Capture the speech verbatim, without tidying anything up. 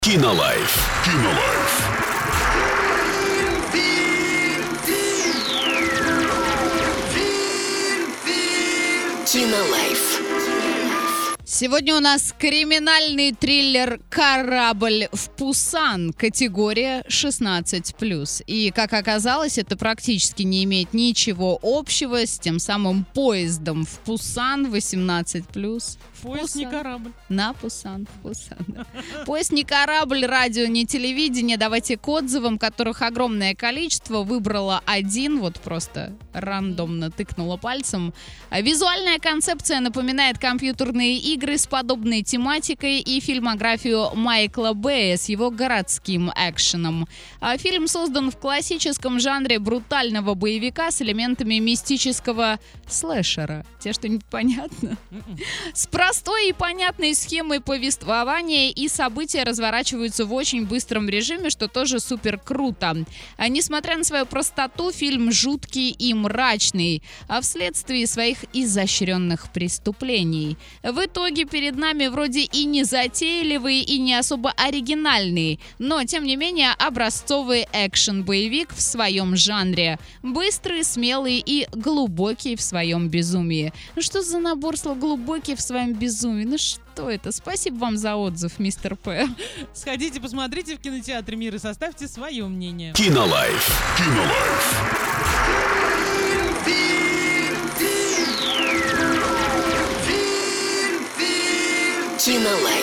Кинолайф. Кинолайф. Кинолайф. Сегодня у нас криминальный триллер «Корабль в Пусан», категория шестнадцать плюс. И, как оказалось, это практически не имеет ничего общего с тем самым поездом в Пусан восемнадцать плюс. Поезд не корабль. На Пусан, в Пусан. Да. Поезд не корабль, радио не телевидение. Давайте к отзывам, которых огромное количество. Выбрала один, вот просто рандомно тыкнула пальцем. Визуальная концепция напоминает компьютерные игры с подобной тематикой и фильмографию Майкла Бэя с его городским экшеном. Фильм создан в классическом жанре брутального боевика с элементами мистического слэшера. Тебе что-нибудь понятно? С простой и понятной схемой повествования, и события разворачиваются в очень быстром режиме, что тоже супер круто. А несмотря на свою простоту, фильм жуткий и мрачный, а вследствие своих изощренных преступлений. В итоге перед нами вроде и не затейливый, и не особо оригинальный, но тем не менее образцовый экшен-боевик в своем жанре. Быстрый, смелый и глубокий в своем безумии. Ну что за набор слов «глубокий в своем безумии»? Ну что это? Спасибо вам за отзыв, мистер П. Сходите, посмотрите в кинотеатре «Мир» и составьте свое мнение. Кинолайф. Кинолайф. Кинолайф.